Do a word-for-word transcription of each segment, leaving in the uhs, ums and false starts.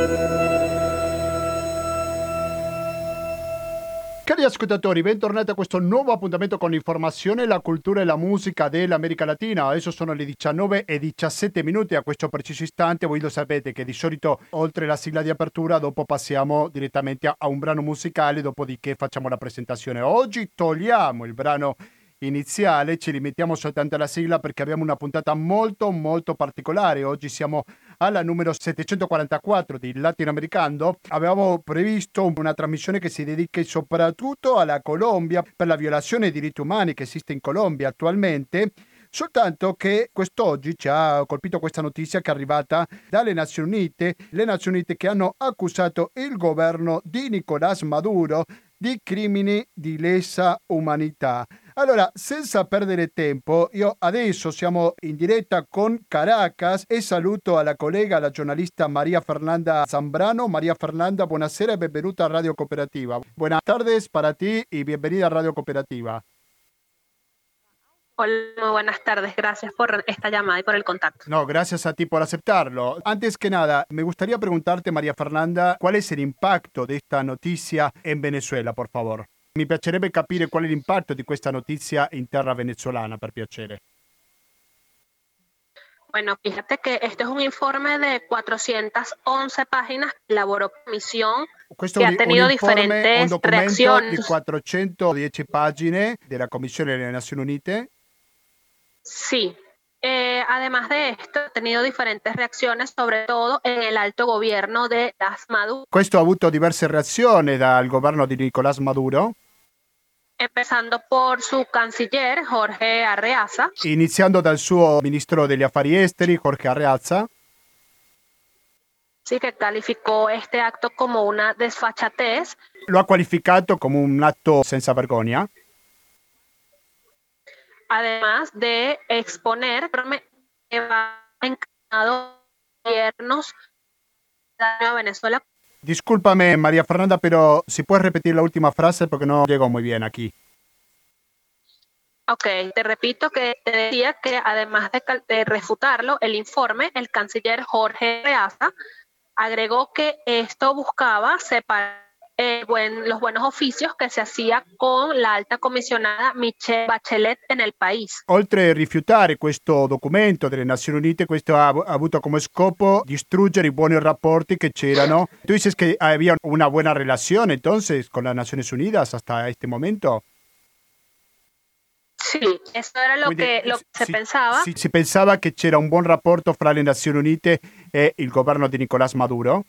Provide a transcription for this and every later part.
Cari ascoltatori, bentornati a questo nuovo appuntamento con l'informazione, la cultura e la musica dell'America Latina. Adesso sono le diciannove e diciassette minuti a questo preciso istante. Voi lo sapete che di solito, oltre la sigla di apertura, dopo passiamo direttamente a, a un brano musicale, dopodiché facciamo la presentazione. Oggi togliamo il brano iniziale, ci limitiamo soltanto alla sigla perché abbiamo una puntata molto molto particolare. Oggi siamo alla numero settecentoquarantaquattro di Latinoamericano. Avevamo previsto una trasmissione che si dedica soprattutto alla Colombia per la violazione dei diritti umani che esiste in Colombia attualmente. Soltanto che quest'oggi ci ha colpito questa notizia che è arrivata dalle Nazioni Unite, le Nazioni Unite che hanno accusato il governo di Nicolás Maduro di crimini di lesa umanità. Allora, senza perdere tempo, io adesso siamo in diretta con Caracas e saluto alla collega, la giornalista María Fernanda Zambrano. María Fernanda, buonasera e benvenuta a Radio Cooperativa. Buenas tardes para ti y bienvenida a Radio Cooperativa. Hola, muy buenas tardes. Gracias por esta llamada y por el contacto. No, gracias a ti por aceptarlo. Antes que nada, me gustaría preguntarte, María Fernanda, ¿cuál es el impacto de esta noticia en Venezuela, por favor? Mi piacerebbe capire qual è l'impatto di questa notizia in terra venezuelana, per piacere. Bueno, fíjate que este es un informe de cuatrocientas once páginas que elaboró comisión Questo que è un, ha tenido un informe, diferentes un documento reacciones. di quattrocentodieci pagine della Commissione delle Nazioni Unite. Sí. Eh, además de esto, ha tenido diferentes reacciones, sobre todo en el alto gobierno de Nicolás Maduro. Questo ha avuto diverse reazioni dal governo di Nicolás Maduro. Empezando por su canciller, Jorge Arreaza. Iniziando dal suo ministro degli affari esteri, Jorge Arreaza. Sí, que calificó este acto como una desfachatez. Lo ha qualificato come un atto senza vergogna. Además de exponer que va encaminado gobiernos de Venezuela. Discúlpame, María Fernanda, pero si puedes repetir la última frase porque no llegó muy bien aquí. Ok, te repito que te decía que además de, de refutarlo, el informe, el canciller Jorge Reaza agregó que esto buscaba separar eh, buen, los buenos oficios que se hacía con la alta comisionada Michelle Bachelet en el país. Oltre a rifiutare questo documento delle Nazioni Unite, questo ha, ha avuto come scopo distruggere i buoni rapporti che c'erano. ¿Tú dices que había una buena relación entonces con las Naciones Unidas hasta este momento? Sì, eso era lo Quindi, che, lo che si, si pensava. Si, si pensava che c'era un buon rapporto fra le Nazioni Unite e il governo di Nicolás Maduro.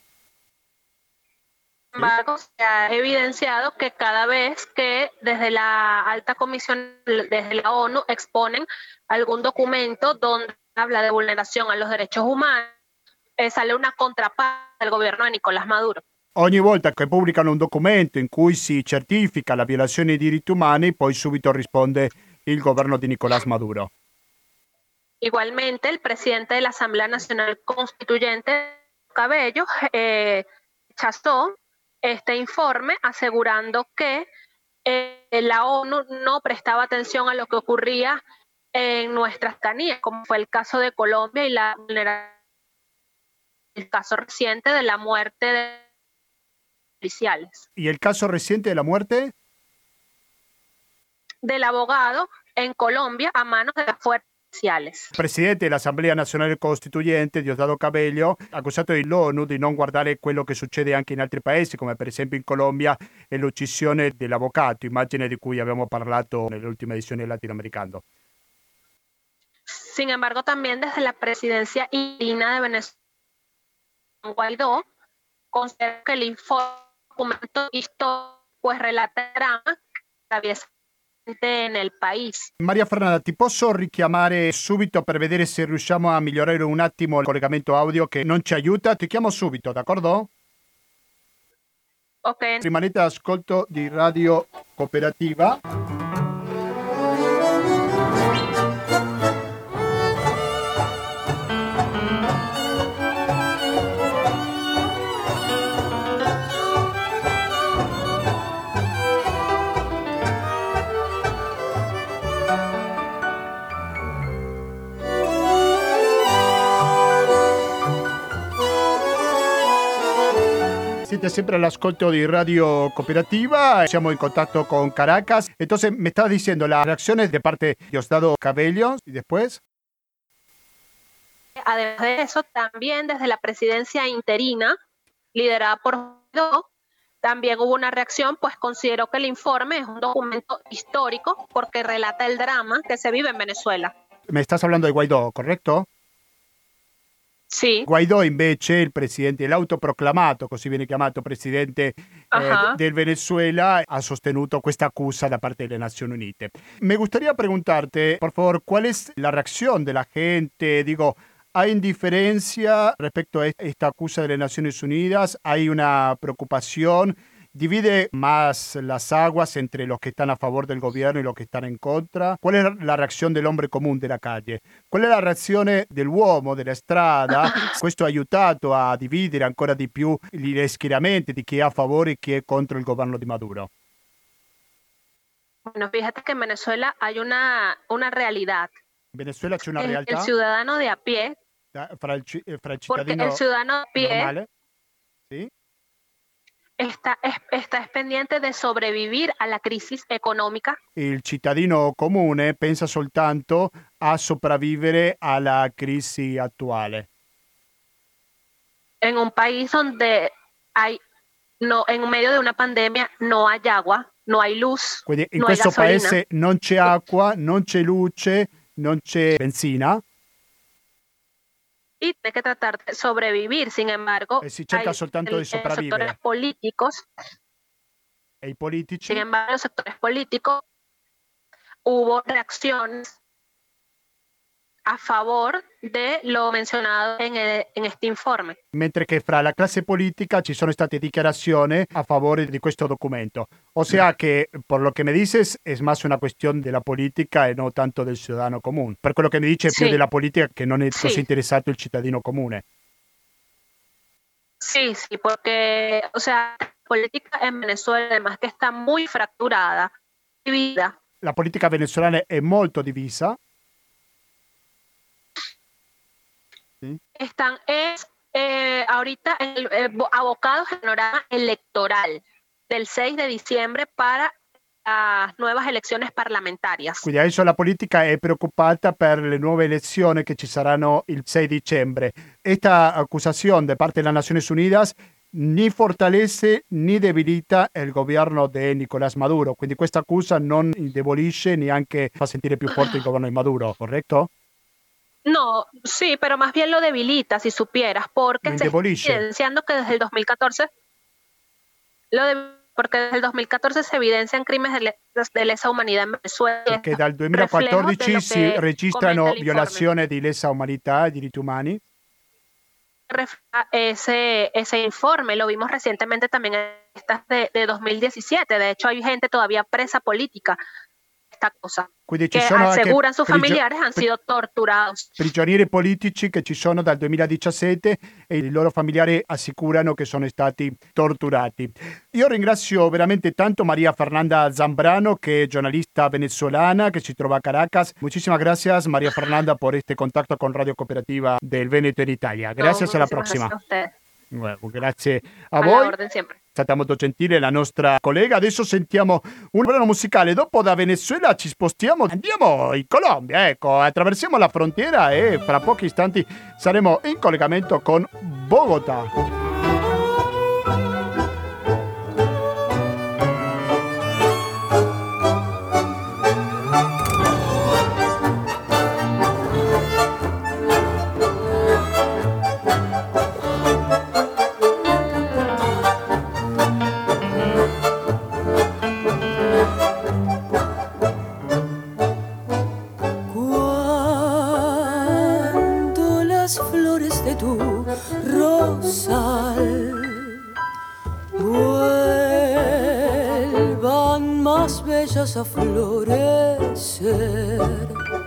Sin embargo, se ha evidenciado que cada vez que desde la alta comisión, desde la ONU, exponen algún documento donde habla de vulneración a los derechos humanos, eh, sale una contraparte del gobierno de Nicolás Maduro. Ogni volta che pubblicano un documento in cui si certifica la violazione dei diritti umani, poi subito risponde il governo di Nicolás Maduro. Igualmente, el presidente de la Asamblea Nacional Constituyente, Cabello, eh, rechazó este informe asegurando que eh, la ONU no prestaba atención a lo que ocurría en nuestra cercanía, como fue el caso de Colombia y la el caso reciente de la muerte de policiales. ¿Y el caso reciente de la muerte? Del abogado en Colombia a manos de las fuerzas policiales. Il presidente dell'Assemblea Nazionale Costituente, Diosdado Cabello, ha accusato l'ONU di non guardare quello che succede anche in altri paesi, come per esempio in Colombia, e l'uccisione dell'avvocato, immagine di cui abbiamo parlato nell'ultima edizione Latinoamericano. Sin embargo, también desde la presidencia interina de Venezuela, Guaidó, considera que el informe documento histórico pues relatará la violencia nel paese. Maria Fernanda, ti posso richiamare subito per vedere se riusciamo a migliorare un attimo il collegamento audio che non ci aiuta? Ti chiamo subito, d'accordo? Ok. Rimanete all'ascolto di Radio Cooperativa. Siete sempre all'ascolto di Radio Cooperativa, siamo in contatto con Caracas. Entonces, me estaba diciendo las reacciones de parte de Diosdado Cabello y después. Además de eso, también desde la presidencia interina, liderada por Guaidó, también hubo una reacción, pues consideró que el informe es un documento histórico porque relata el drama que se vive en Venezuela. Me estás hablando de Guaidó, corretto? Sì. Guaidó invece, il presidente, l'autoproclamato, così viene chiamato presidente uh-huh. eh, del Venezuela, ha sostenuto questa accusa da parte delle Nazioni Unite. Me gustaría preguntarte, por favor, ¿cuál es la reacción de la gente? Digo, ¿hay indiferencia respecto a esta acusa de las Naciones Unidas? ¿Hay una preocupación? ¿Divide más las aguas entre los que están a favor del gobierno y los che stanno in contra? ¿Cuál es la reazione dell'uomo comune della calle? ¿Cuál è la reazione dell'uomo della strada? Questo ha aiutato a dividere ancora di più gli schieramenti di chi è a favore e chi è contro il governo di Maduro. Bueno, fíjate que en Venezuela hay una, una realidad. In Venezuela c'è una el, realtà. El ciudadano de a pie. Fra il, fra il porque cittadino el ciudadano a pie normale. ¿Sí? Está, es, está es pendiente de sobrevivir a la crisis economica. Il cittadino comune pensa soltanto a sopravvivere alla crisi attuale. En un país donde hay, no, en medio de una pandemia no hay agua, no hay luz, Quindi in no questo hay gasolina. paese non c'è acqua, non c'è luce, non c'è benzina. Y tiene que tratar de sobrevivir, sin embargo, E si cerca hay soltanto el, di sopravvivere. sectores políticos, E i politici? sin embargo, en los sectores políticos hubo reacciones a favor de lo mencionado en, el, en este informe. Mentre che fra la classe politica ci sono state dichiarazioni a favore di questo documento. O sea che, por lo que me dices, es más una cuestión de la politica e no tanto del ciudadano comune. Per quello che mi dice, sì. più della politica che non è sì. così interessato il cittadino comune. Sí, sí, porque, o sea, la política en Venezuela, además que está muy fracturada, dividida. La politica venezuelana è molto divisa. ¿Sí? Están es, eh, ahorita en el, eh, abocados al panorama electoral del seis de diciembre para las nuevas elecciones parlamentarias. Quindi adesso la politica è preoccupata per le nuove elezioni che ci saranno il sei dicembre. Esta acusación de parte de las Naciones Unidas ni fortalece ni debilita il governo di Nicolás Maduro. Quindi questa accusa non indebolisce neanche fa sentire più forte il governo di Maduro, corretto? No, sí, pero más bien lo debilita, si supieras, porque Lo se está indebolisce. evidenciando que desde el dos mil catorce, lo de, porque desde el dos mil catorce se evidencian crímenes de, le, de lesa humanidad en Venezuela. Perché dal duemilaquattordici si registrano violazioni di lesa umanità e diritti umani. Ese, ese informe lo vimos recientemente también en estas de, de dos mil diecisiete. De hecho, hay gente todavía presa política. Esta cosa. Quindi ci che sono aseguran anche sus prigio- familiares han pri- sido torturados. prigionieri politici che ci sono dal duemiladiciassette e i loro familiari assicurano che sono stati torturati. Io ringrazio veramente tanto María Fernanda Zambrano, che è giornalista venezolana che si trova a Caracas. Muchísimas gracias, María Fernanda, por este contacto con Radio Cooperativa del Veneto en Italia. Gracias, No, alla muchísimas prossima. gracias a usted. Bueno, grazie a A voi. la orden siempre. È stata molto gentile la nostra collega. Adesso sentiamo un brano musicale. Dopo da Venezuela ci spostiamo, andiamo in Colombia. Ecco, attraversiamo la frontiera e fra pochi istanti saremo in collegamento con Bogotà. Cuando las flores de tu rosal vuelvan más bellas a florecer,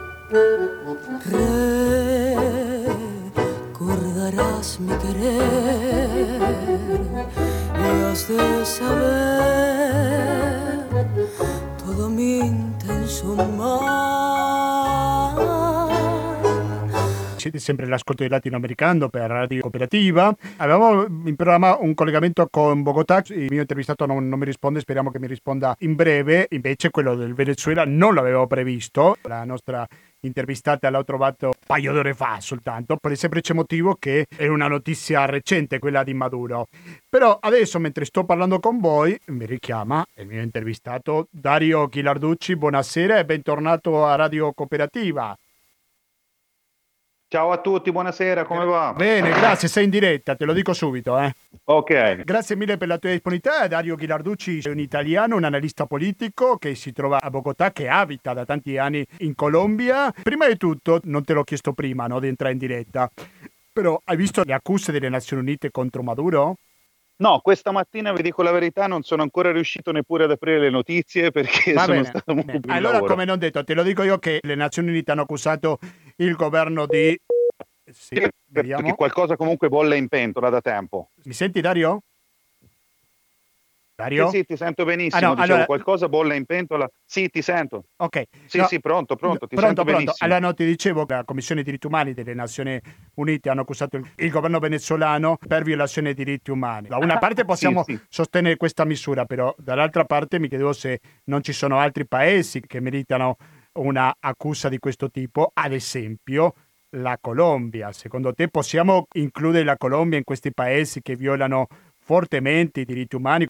recordarás mi querer y has de saber todo mi intenso mal. siete sempre all'ascolto di Latinoamericano per Radio Cooperativa. Avevamo in programma un collegamento con Bogotà, il mio intervistato non, non mi risponde, speriamo che mi risponda in breve, invece quello del Venezuela non l'avevo previsto, la nostra intervistata l'ho trovato un paio d'ore fa soltanto, per il semplice motivo che è una notizia recente quella di Maduro. Però adesso, mentre sto parlando con voi, mi richiama il mio intervistato Dario Ghilarducci. Buonasera e bentornato a Radio Cooperativa. Ciao a tutti, buonasera, come va? Bene, grazie, sei in diretta, te lo dico subito. Eh. Ok. Grazie mille per la tua disponibilità. Dario Ghilarducci è un italiano, un analista politico che si trova a Bogotà, che abita da tanti anni in Colombia. Prima di tutto, non te l'ho chiesto prima, no, di entrare in diretta, però hai visto le accuse delle Nazioni Unite contro Maduro? No, questa mattina vi dico la verità, non sono ancora riuscito neppure ad aprire le notizie perché Va sono bene. stato molto più in Allora, lavoro. come non detto, te lo dico io che le Nazioni Unite hanno accusato il governo di... Sì, Sì, vediamo. perché qualcosa comunque bolle in pentola da tempo. Mi senti, Dario? Dario? Sì, sì, ti sento benissimo, Ah, no, dicevo, allora... qualcosa bolle in pentola. Sì, ti sento. Ok. Sì, No, sì, pronto, pronto, ti pronto, sento pronto. benissimo. Allora no, ti dicevo che la Commissione dei diritti umani delle Nazioni Unite hanno accusato il, il governo venezuelano per violazione dei diritti umani. Da una parte possiamo Sì, sì. sostenere questa misura, però dall'altra parte mi chiedevo se non ci sono altri paesi che meritano una accusa di questo tipo, ad esempio la Colombia. Secondo te possiamo includere la Colombia in questi paesi che violano fortemente i diritti umani?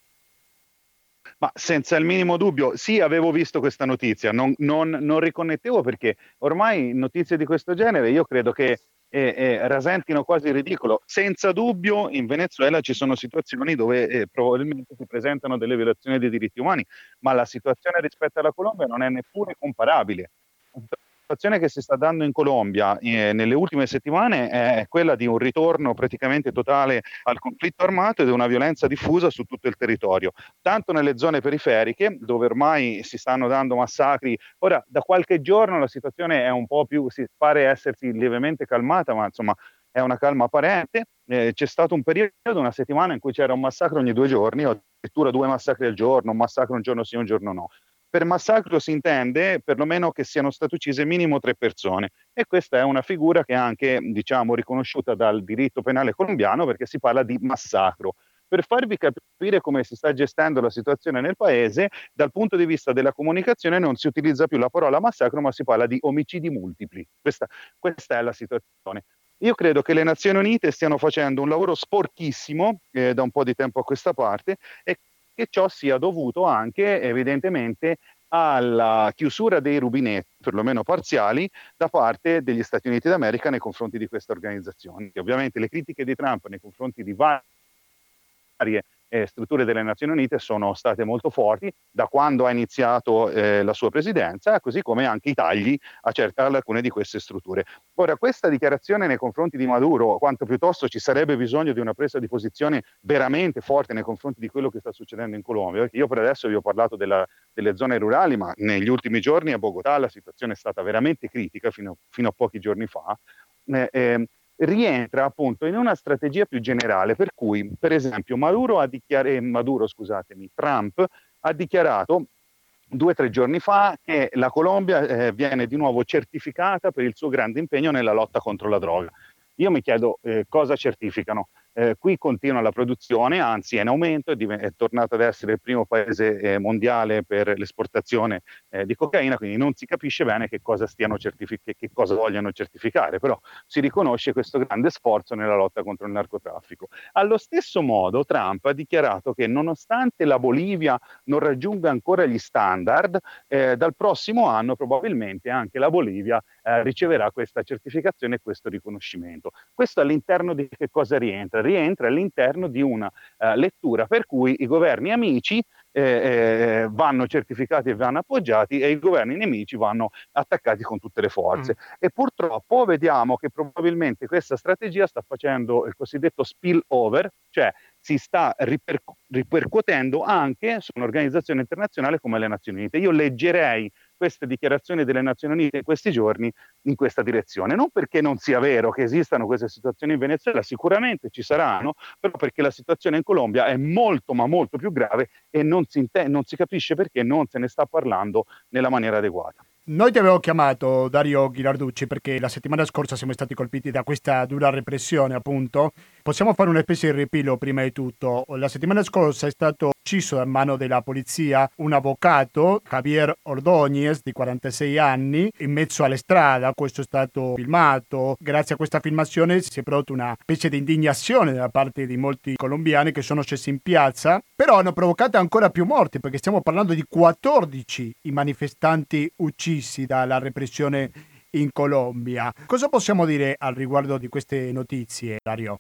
Ma senza il minimo dubbio, sì, avevo visto questa notizia, non, non, non riconnettevo perché ormai notizie di questo genere io credo che eh, eh, rasentino quasi il ridicolo. Senza dubbio in Venezuela ci sono situazioni dove eh, probabilmente si presentano delle violazioni dei diritti umani, ma la situazione rispetto alla Colombia non è neppure comparabile. La situazione che si sta dando in Colombia eh, nelle ultime settimane è quella di un ritorno praticamente totale al conflitto armato ed una violenza diffusa su tutto il territorio, tanto nelle zone periferiche dove ormai si stanno dando massacri. Ora, da qualche giorno la situazione è un po' più, si pare essersi lievemente calmata, ma insomma è una calma apparente. Eh, c'è stato un periodo, una settimana, in cui c'era un massacro ogni due giorni, o addirittura due massacri al giorno, un massacro un giorno sì, un giorno no. Per massacro si intende perlomeno che siano state uccise minimo tre persone, e questa è una figura che è anche, diciamo, riconosciuta dal diritto penale colombiano, perché si parla di massacro. Per farvi capire come si sta gestendo la situazione nel paese, dal punto di vista della comunicazione non si utilizza più la parola massacro, ma si parla di omicidi multipli. Questa, questa è la situazione. Io credo che le Nazioni Unite stiano facendo un lavoro sporchissimo eh, da un po' di tempo a questa parte, e che ciò sia dovuto anche evidentemente alla chiusura dei rubinetti, perlomeno parziali, da parte degli Stati Uniti d'America nei confronti di queste organizzazioni. Ovviamente le critiche di Trump nei confronti di varie eh, strutture delle Nazioni Unite sono state molto forti da quando ha iniziato eh, la sua presidenza, così come anche i tagli a, certe, ad alcune di queste strutture. Ora, questa dichiarazione nei confronti di Maduro, quanto piuttosto ci sarebbe bisogno di una presa di posizione veramente forte nei confronti di quello che sta succedendo in Colombia, perché io per adesso vi ho parlato della, delle zone rurali, ma negli ultimi giorni a Bogotà la situazione è stata veramente critica fino, fino a pochi giorni fa. Eh, eh, rientra appunto in una strategia più generale, per cui per esempio Maduro ha dichiarato, Maduro, scusatemi, Trump ha dichiarato due o tre giorni fa che la Colombia eh, viene di nuovo certificata per il suo grande impegno nella lotta contro la droga. Io mi chiedo eh, cosa certificano. Eh, qui continua la produzione, anzi è in aumento, è, div- è tornato ad essere il primo paese eh, mondiale per l'esportazione eh, di cocaina, quindi non si capisce bene che cosa stiano certific- che cosa vogliano certificare, però si riconosce questo grande sforzo nella lotta contro il narcotraffico. Allo stesso modo Trump ha dichiarato che nonostante la Bolivia non raggiunga ancora gli standard, eh, dal prossimo anno probabilmente anche la Bolivia eh, riceverà questa certificazione e questo riconoscimento. Questo all'interno di che cosa rientra? Rientra all'interno di una uh, lettura per cui i governi amici eh, eh, vanno certificati e vanno appoggiati e i governi nemici vanno attaccati con tutte le forze. Mm. E purtroppo vediamo che probabilmente questa strategia sta facendo il cosiddetto spill over, cioè si sta ripercu- ripercuotendo anche su un'organizzazione internazionale come le Nazioni Unite. Io leggerei queste dichiarazioni delle Nazioni Unite in questi giorni in questa direzione, non perché non sia vero che esistano queste situazioni in Venezuela, sicuramente ci saranno, però perché la situazione in Colombia è molto ma molto più grave e non si, inte- non si capisce perché non se ne sta parlando nella maniera adeguata. Noi ti avevo chiamato, Dario Ghilarducci, perché la settimana scorsa siamo stati colpiti da questa dura repressione, appunto. Possiamo fare una specie di ripilo prima di tutto. La settimana scorsa è stato ucciso a mano della polizia un avvocato, Javier Ordóñez, di quarantasei anni, in mezzo alle strade. Questo è stato filmato. Grazie a questa filmazione si è prodotta una specie di indignazione da parte di molti colombiani che sono scesi in piazza, però hanno provocato ancora più morti, perché stiamo parlando di quattordici i manifestanti uccisi dalla repressione in Colombia. Cosa possiamo dire al riguardo di queste notizie, Dario?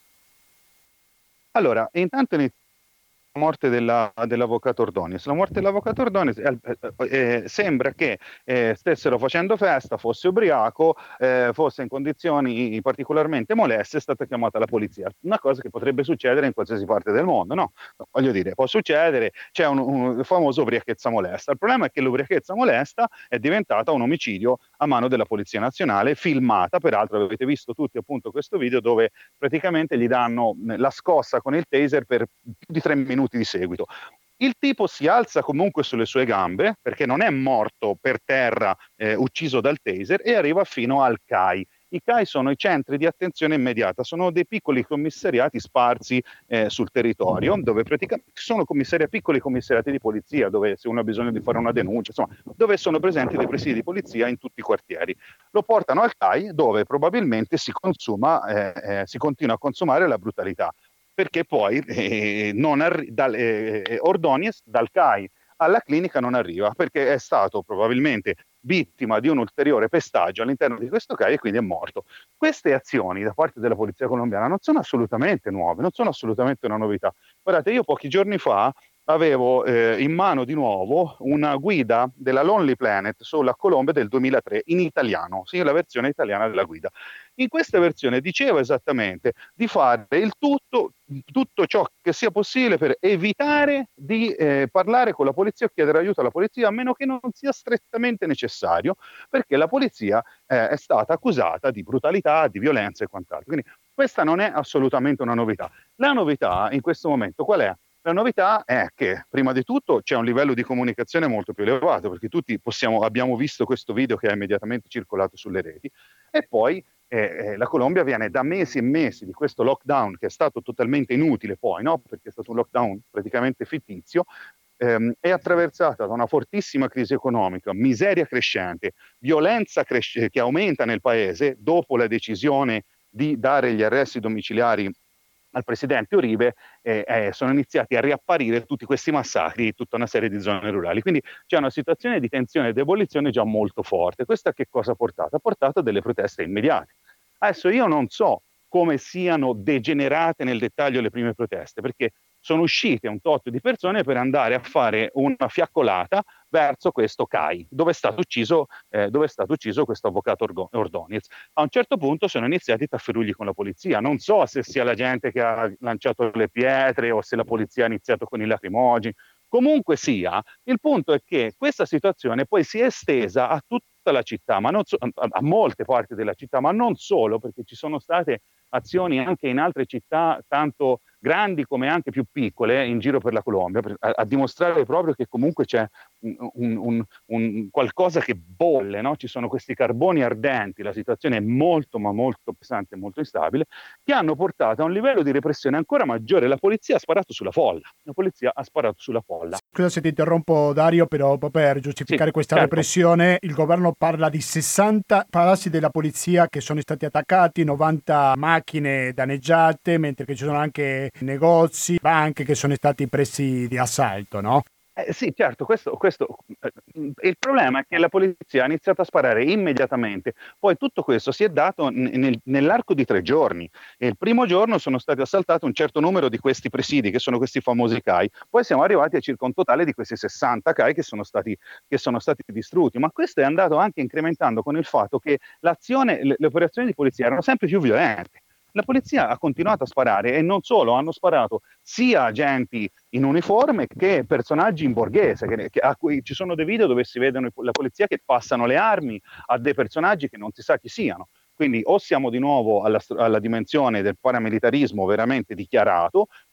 Allora, intanto iniziamo la morte della, dell'avvocato Ordóñez. La morte dell'avvocato Ordóñez eh, eh, sembra che eh, stessero facendo festa, fosse ubriaco, eh, fosse in condizioni particolarmente moleste, è stata chiamata la polizia. Una cosa che potrebbe succedere in qualsiasi parte del mondo, no? Voglio dire, può succedere, c'è un, un famoso ubriachezza molesta. Il problema è che l'ubriachezza molesta è diventata un omicidio a mano della Polizia Nazionale, filmata, peraltro avete visto tutti appunto questo video dove praticamente gli danno la scossa con il taser per più di tre minuti di seguito. Il tipo si alza comunque sulle sue gambe perché non è morto per terra eh, ucciso dal taser e arriva fino al C A I. I C A I sono i centri di attenzione immediata, sono dei piccoli commissariati sparsi eh, sul territorio, dove praticamente sono commissariati, piccoli commissariati di polizia, dove se uno ha bisogno di fare una denuncia, insomma, dove sono presenti dei presidi di polizia in tutti i quartieri. Lo portano al C A I dove probabilmente si consuma, eh, eh, si continua a consumare la brutalità. Perché poi eh, non arri- dal, eh, Ordóñez dal C A I alla clinica non arriva, perché è stato probabilmente vittima di un ulteriore pestaggio all'interno di questo C A I e quindi è morto. Queste azioni da parte della polizia colombiana non sono assolutamente nuove, non sono assolutamente una novità. Guardate, io pochi giorni fa avevo eh, in mano di nuovo una guida della Lonely Planet sulla Colombia del duemilatré in italiano, sì, la versione italiana della guida. In questa versione diceva esattamente di fare il tutto, tutto ciò che sia possibile per evitare di eh, parlare con la polizia o chiedere aiuto alla polizia, a meno che non sia strettamente necessario, perché la polizia eh, è stata accusata di brutalità, di violenza e quant'altro. Quindi questa non è assolutamente una novità. La novità in questo momento qual è? La novità è che, prima di tutto, c'è un livello di comunicazione molto più elevato, perché tutti possiamo, abbiamo visto questo video che è immediatamente circolato sulle reti, e poi eh, la Colombia viene da mesi e mesi di questo lockdown, che è stato totalmente inutile poi, no? Perché è stato un lockdown praticamente fittizio, ehm, è attraversata da una fortissima crisi economica, miseria crescente, violenza cres- che aumenta nel paese dopo la decisione di dare gli arresti domiciliari al presidente Uribe, eh, eh, sono iniziati a riapparire tutti questi massacri in tutta una serie di zone rurali. Quindi c'è una situazione di tensione e di ebollizione già molto forte. Questa che cosa ha portato? Ha portato a delle proteste immediate. Adesso io non so come siano degenerate nel dettaglio le prime proteste, perché sono uscite un tot di persone per andare a fare una fiaccolata verso questo C A I, dove è stato ucciso, eh, dove è stato ucciso questo avvocato Ordóñez. A un certo punto sono iniziati i tafferugli con la polizia. Non so se sia la gente che ha lanciato le pietre o se la polizia ha iniziato con i lacrimogeni. Comunque sia, il punto è che questa situazione poi si è estesa a tutta la città, ma non so, a, a molte parti della città, ma non solo, perché ci sono state azioni anche in altre città, tanto grandi come anche più piccole, in giro per la Colombia, per, a, a dimostrare proprio che comunque c'è un, un, un, un qualcosa che bolle, no? Ci sono questi carboni ardenti, la situazione è molto ma molto pesante e molto instabile, che hanno portato a un livello di repressione ancora maggiore. La polizia ha sparato sulla folla, la polizia ha sparato sulla folla. Scusa se ti interrompo, Dario, però per giustificare sì, questa certo. repressione il governo parla di sessanta palazzi della polizia che sono stati attaccati, novanta macchine danneggiate, mentre che ci sono anche negozi, banche che sono stati presi di assalto, no? Eh, sì, certo, questo, questo eh, il problema è che la polizia ha iniziato a sparare immediatamente, poi tutto questo si è dato n- nel, nell'arco di tre giorni. E il primo giorno sono stati assaltati un certo numero di questi presidi, che sono questi famosi C A I, poi siamo arrivati a circa un totale di questi sessanta C A I che sono stati, che sono stati distrutti, ma questo è andato anche incrementando con il fatto che l'azione, le, le operazioni di polizia erano sempre più violente. La polizia ha continuato a sparare e non solo, hanno sparato sia agenti in uniforme che personaggi in borghese, che, che, a cui ci sono dei video dove si vedono la polizia che passano le armi a dei personaggi che non si sa chi siano. Quindi o siamo di nuovo alla, alla dimensione del paramilitarismo veramente dichiarato,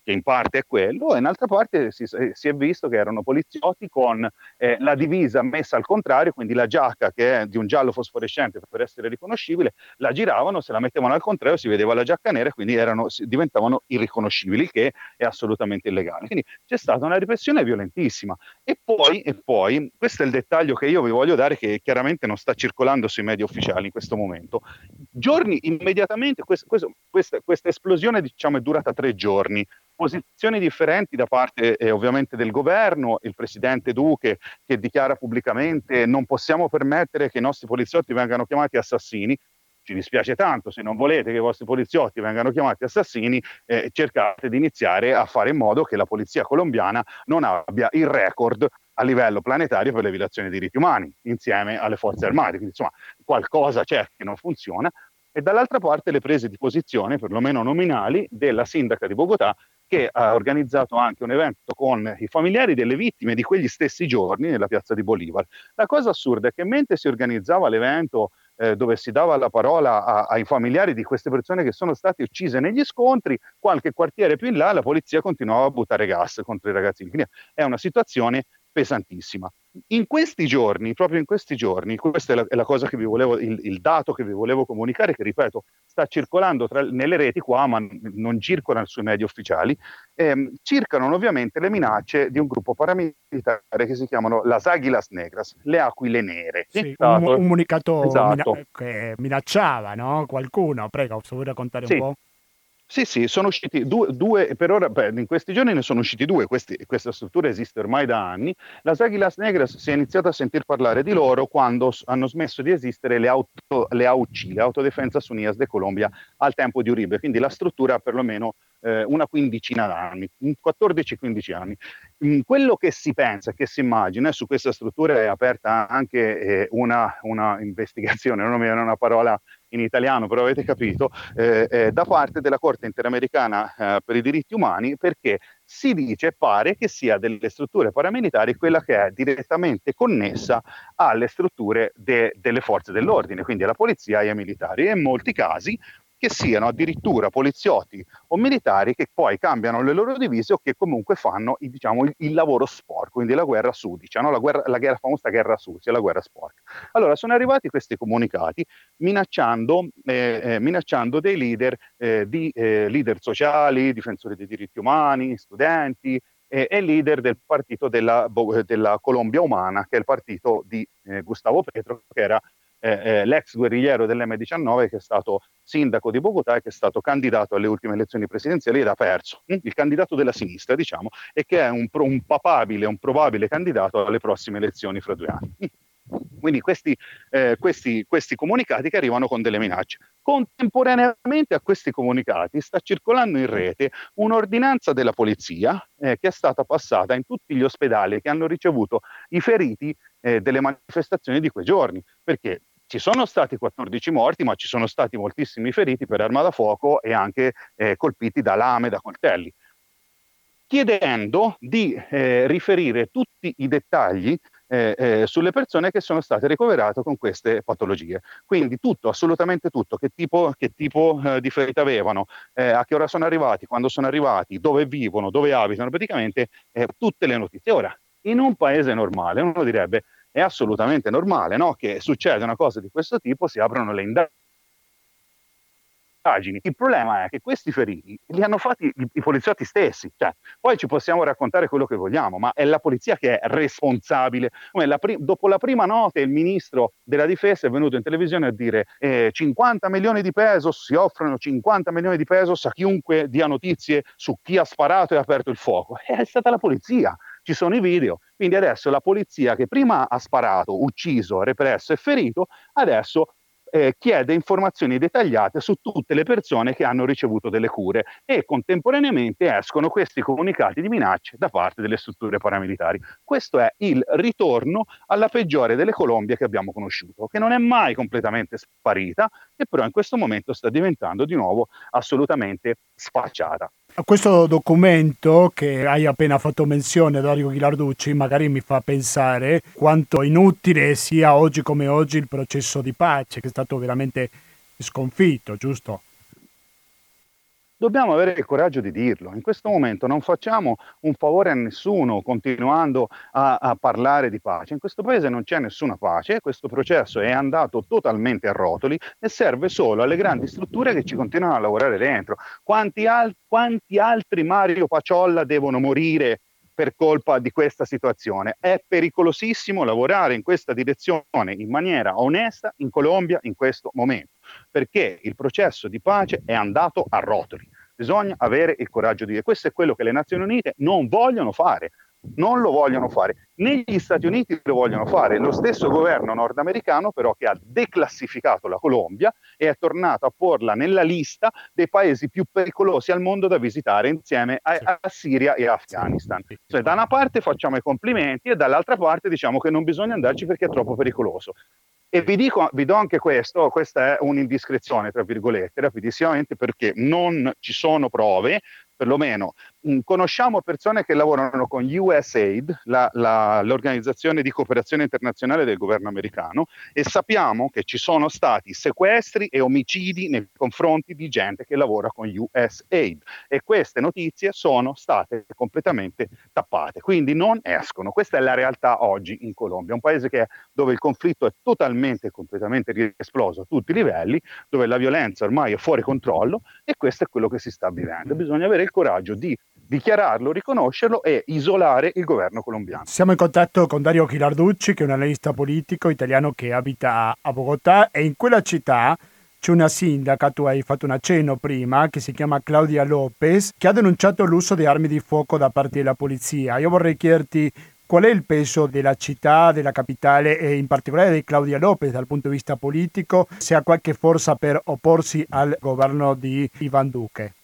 che in parte è quello, e in altra parte si, si è visto che erano poliziotti con eh, la divisa messa al contrario, quindi la giacca che è di un giallo fosforescente per essere riconoscibile, la giravano, se la mettevano al contrario si vedeva la giacca nera e quindi erano, diventavano irriconoscibili, che è assolutamente illegale. Quindi c'è stata una repressione violentissima. E poi, e poi, questo è il dettaglio che io vi voglio dare, che chiaramente non sta circolando sui media ufficiali in questo momento. Giorni immediatamente, questo, questo, questa, questa esplosione diciamo è durata tre giorni, posizioni differenti da parte eh, ovviamente del governo, il presidente Duque che dichiara pubblicamente non possiamo permettere che i nostri poliziotti vengano chiamati assassini. Ci dispiace tanto, se non volete che i vostri poliziotti vengano chiamati assassini, eh, cercate di iniziare a fare in modo che la polizia colombiana non abbia il record a livello planetario per le violazioni dei diritti umani, insieme alle forze armate. Quindi insomma qualcosa c'è che non funziona. E dall'altra parte le prese di posizione, perlomeno nominali, della sindaca di Bogotà, che ha organizzato anche un evento con i familiari delle vittime di quegli stessi giorni nella piazza di Bolivar. La cosa assurda è che mentre si organizzava l'evento eh, dove si dava la parola a, ai familiari di queste persone che sono state uccise negli scontri, qualche quartiere più in là la polizia continuava a buttare gas contro i ragazzini. Quindi è una situazione pesantissima. In questi giorni, proprio in questi giorni, questa è la, è la cosa che vi volevo, il, il dato che vi volevo comunicare, che ripeto, sta circolando tra, nelle reti qua, ma non circola sui media ufficiali, ehm, circolano ovviamente le minacce di un gruppo paramilitare che si chiamano Las Águilas Negras, le Aquile Nere. Sì, Esatto. un, un comunicato Esatto. mina- che minacciava, no? Qualcuno, prego, se vuoi raccontare Sì. un po'. Sì, sì, sono usciti due, due per ora, beh, in questi giorni ne sono usciti due, questi, questa struttura esiste ormai da anni. Las Águilas Negras si è iniziato a sentir parlare di loro quando hanno smesso di esistere le, auto, le A U C, le Autodefensas Unidas de Colombia, al tempo di Uribe, quindi la struttura ha perlomeno eh, una quindicina d'anni, quattordici quindici anni. Mm, quello che si pensa, che si immagina, e su questa struttura è aperta anche eh, una, una investigazione, non mi viene una parola in italiano, però avete capito, eh, eh, da parte della Corte Interamericana eh, per i diritti umani, perché si dice, pare che sia delle strutture paramilitari quella che è direttamente connessa alle strutture de- delle forze dell'ordine, quindi alla polizia e ai militari, e in molti casi che siano addirittura poliziotti o militari che poi cambiano le loro divise o che comunque fanno diciamo, il, il lavoro sporco, quindi la guerra sudicia, no? la, guerra, la guerra, famosa guerra sucia, la guerra sporca. Allora sono arrivati questi comunicati minacciando, eh, eh, minacciando dei leader, eh, di, eh, leader sociali, difensori dei diritti umani, studenti, eh, e leader del partito della, della Colombia Umana, che è il partito di eh, Gustavo Petro, che era Eh, eh, l'ex guerrigliero dell'emme diciannove, che è stato sindaco di Bogotà e che è stato candidato alle ultime elezioni presidenziali ed ha perso, hm? il candidato della sinistra, diciamo, e che è un, un papabile, un probabile candidato alle prossime elezioni fra due anni. Quindi questi, eh, questi, questi comunicati che arrivano con delle minacce. Contemporaneamente a questi comunicati sta circolando in rete un'ordinanza della polizia eh, che è stata passata in tutti gli ospedali che hanno ricevuto i feriti eh, delle manifestazioni di quei giorni, perché ci sono stati quattordici morti, ma ci sono stati moltissimi feriti per arma da fuoco e anche eh, colpiti da lame, da coltelli, chiedendo di eh, riferire tutti i dettagli eh, eh, sulle persone che sono state ricoverate con queste patologie. Quindi tutto, assolutamente tutto, che tipo, che tipo eh, di ferita avevano, eh, a che ora sono arrivati, quando sono arrivati, dove vivono, dove abitano, praticamente eh, tutte le notizie. Ora, in un paese normale, uno direbbe, è assolutamente normale, no? Che succede una cosa di questo tipo, si aprono le indagini. Il problema è che questi feriti li hanno fatti i, i poliziotti stessi, cioè, poi ci possiamo raccontare quello che vogliamo, ma è la polizia che è responsabile. Come la pri- dopo la prima nota il ministro della difesa è venuto in televisione a dire eh, cinquanta milioni di pesos, si offrono cinquanta milioni di pesos a chiunque dia notizie su chi ha sparato e ha aperto il fuoco. È stata la polizia. Ci sono i video, quindi adesso la polizia che prima ha sparato, ucciso, represso e ferito, adesso eh, chiede informazioni dettagliate su tutte le persone che hanno ricevuto delle cure, e contemporaneamente escono questi comunicati di minacce da parte delle strutture paramilitari. Questo è il ritorno alla peggiore delle Colombie che abbiamo conosciuto, che non è mai completamente sparita, che però in questo momento sta diventando di nuovo assolutamente sfacciata. A questo documento che hai appena fatto menzione, Dario Ghilarducci, magari mi fa pensare quanto inutile sia oggi come oggi il processo di pace, che è stato veramente sconfitto, giusto? Dobbiamo avere il coraggio di dirlo. In questo momento non facciamo un favore a nessuno continuando a, a parlare di pace. In questo paese non c'è nessuna pace, questo processo è andato totalmente a rotoli e serve solo alle grandi strutture che ci continuano a lavorare dentro. Quanti, al- quanti altri Mario Paciolla devono morire per colpa di questa situazione? È pericolosissimo lavorare in questa direzione in maniera onesta in Colombia in questo momento, perché il processo di pace è andato a rotoli. Bisogna avere il coraggio di dire. Questo è quello che le Nazioni Unite non vogliono fare. Non lo vogliono fare, né gli Stati Uniti lo vogliono fare, lo stesso governo nordamericano però che ha declassificato la Colombia e è tornato a porla nella lista dei paesi più pericolosi al mondo da visitare insieme a, a Siria e Afghanistan. Cioè, da una parte facciamo i complimenti e dall'altra parte diciamo che non bisogna andarci perché è troppo pericoloso. E vi dico, vi do anche questo, questa è un'indiscrezione tra virgolette, rapidissimamente, perché non ci sono prove, perlomeno mh, conosciamo persone che lavorano con U S A I D, la, la, l'organizzazione di cooperazione internazionale del governo americano, e sappiamo che ci sono stati sequestri e omicidi nei confronti di gente che lavora con U S A I D e queste notizie sono state completamente tappate, quindi non escono. Questa è la realtà oggi in Colombia, un paese che è, dove il conflitto è totalmente e completamente riesploso a tutti i livelli, dove la violenza ormai è fuori controllo e questo è quello che si sta vivendo. Bisogna avere il coraggio di dichiararlo, riconoscerlo e isolare il governo colombiano. Siamo in contatto con Dario Ghilarducci, che è un analista politico italiano che abita a Bogotà, e in quella città c'è una sindaca, tu hai fatto un accenno prima, che si chiama Claudia Lopez, che ha denunciato l'uso di armi di fuoco da parte della polizia. Io vorrei chiederti qual è il peso della città, della capitale e in particolare di Claudia Lopez dal punto di vista politico, se ha qualche forza per opporsi al governo di Iván Duque.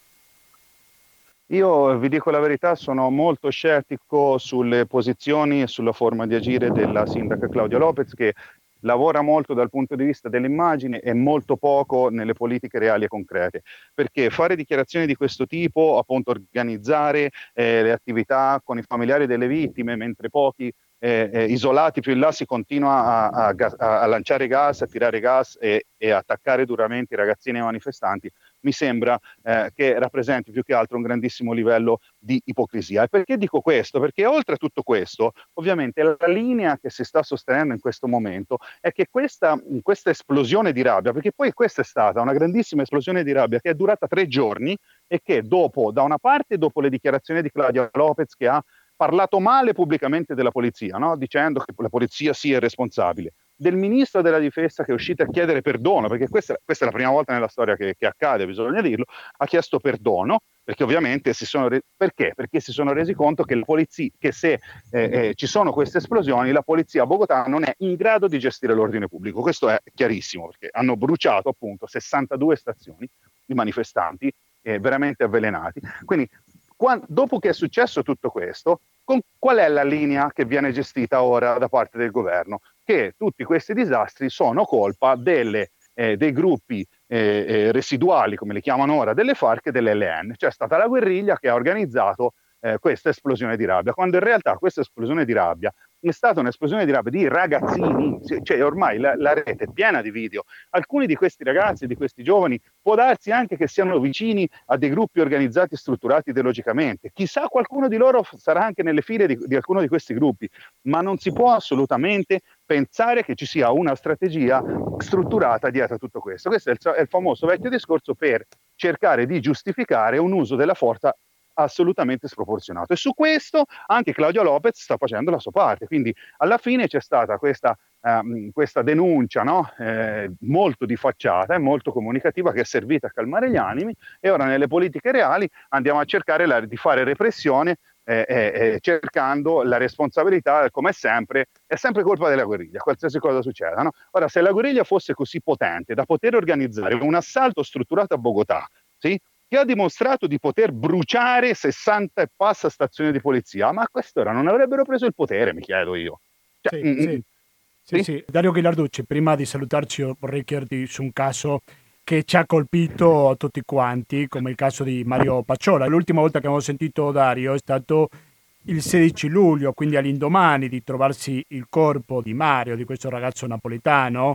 Io vi dico la verità, sono molto scettico sulle posizioni e sulla forma di agire della sindaca Claudia Lopez, che lavora molto dal punto di vista dell'immagine e molto poco nelle politiche reali e concrete, perché fare dichiarazioni di questo tipo, appunto organizzare eh, le attività con i familiari delle vittime, mentre pochi eh, eh, isolati più in là si continua a, a, a, a lanciare gas, a tirare gas e, e attaccare duramente i ragazzini e i manifestanti, mi sembra eh, che rappresenti più che altro un grandissimo livello di ipocrisia. E perché dico questo? Perché oltre a tutto questo, ovviamente la linea che si sta sostenendo in questo momento è che questa, questa esplosione di rabbia, perché poi questa è stata una grandissima esplosione di rabbia che è durata tre giorni e che dopo, da una parte, dopo le dichiarazioni di Claudia Lopez, che ha parlato male pubblicamente della polizia, no? Dicendo che la polizia sia il responsabile, del ministro della difesa che è uscito a chiedere perdono, perché questa, questa è la prima volta nella storia che, che accade, bisogna dirlo, ha chiesto perdono, perché ovviamente si sono re- perché? Perché si sono resi conto che la polizia, che se eh, eh, ci sono queste esplosioni, la polizia a Bogotà non è in grado di gestire l'ordine pubblico. Questo è chiarissimo, perché hanno bruciato appunto sessantadue stazioni di manifestanti eh, veramente avvelenati. Quindi quando, dopo che è successo tutto questo, con, qual è la linea che viene gestita ora da parte del governo? Che tutti questi disastri sono colpa delle, eh, dei gruppi eh, eh, residuali, come li chiamano ora, delle FARC e dell'L N. Cioè è stata la guerriglia che ha organizzato eh, questa esplosione di rabbia, quando in realtà questa esplosione di rabbia è stata un'esplosione di rabbia di ragazzini, cioè ormai la, la rete è piena di video. Alcuni di questi ragazzi, di questi giovani, può darsi anche che siano vicini a dei gruppi organizzati e strutturati ideologicamente. Chissà, qualcuno di loro sarà anche nelle file di, di alcuno di questi gruppi, ma non si può assolutamente pensare che ci sia una strategia strutturata dietro a tutto questo. Questo è il, è il famoso vecchio discorso per cercare di giustificare un uso della forza assolutamente sproporzionato, e su questo anche Claudia Lopez sta facendo la sua parte. Quindi alla fine c'è stata questa, um, questa denuncia, no? eh, molto di facciata e molto comunicativa, che è servita a calmare gli animi, e ora nelle politiche reali andiamo a cercare la, di fare repressione eh, eh, cercando la responsabilità. Come sempre è sempre colpa della guerriglia, qualsiasi cosa succeda, no? Ora, se la guerriglia fosse così potente da poter organizzare un assalto strutturato a Bogotà, sì? Che ha dimostrato di poter bruciare sessanta e passa stazioni di polizia, ma a quest'ora non avrebbero preso il potere, mi chiedo io. Cioè, sì, mm, sì. Sì, sì. Sì. Dario Ghilarducci, prima di salutarci vorrei chiederti su un caso che ci ha colpito a tutti quanti, come il caso di Mario Paciolla. L'ultima volta che avevo sentito Dario è stato il sedici luglio, quindi all'indomani di trovarsi il corpo di Mario, di questo ragazzo napoletano,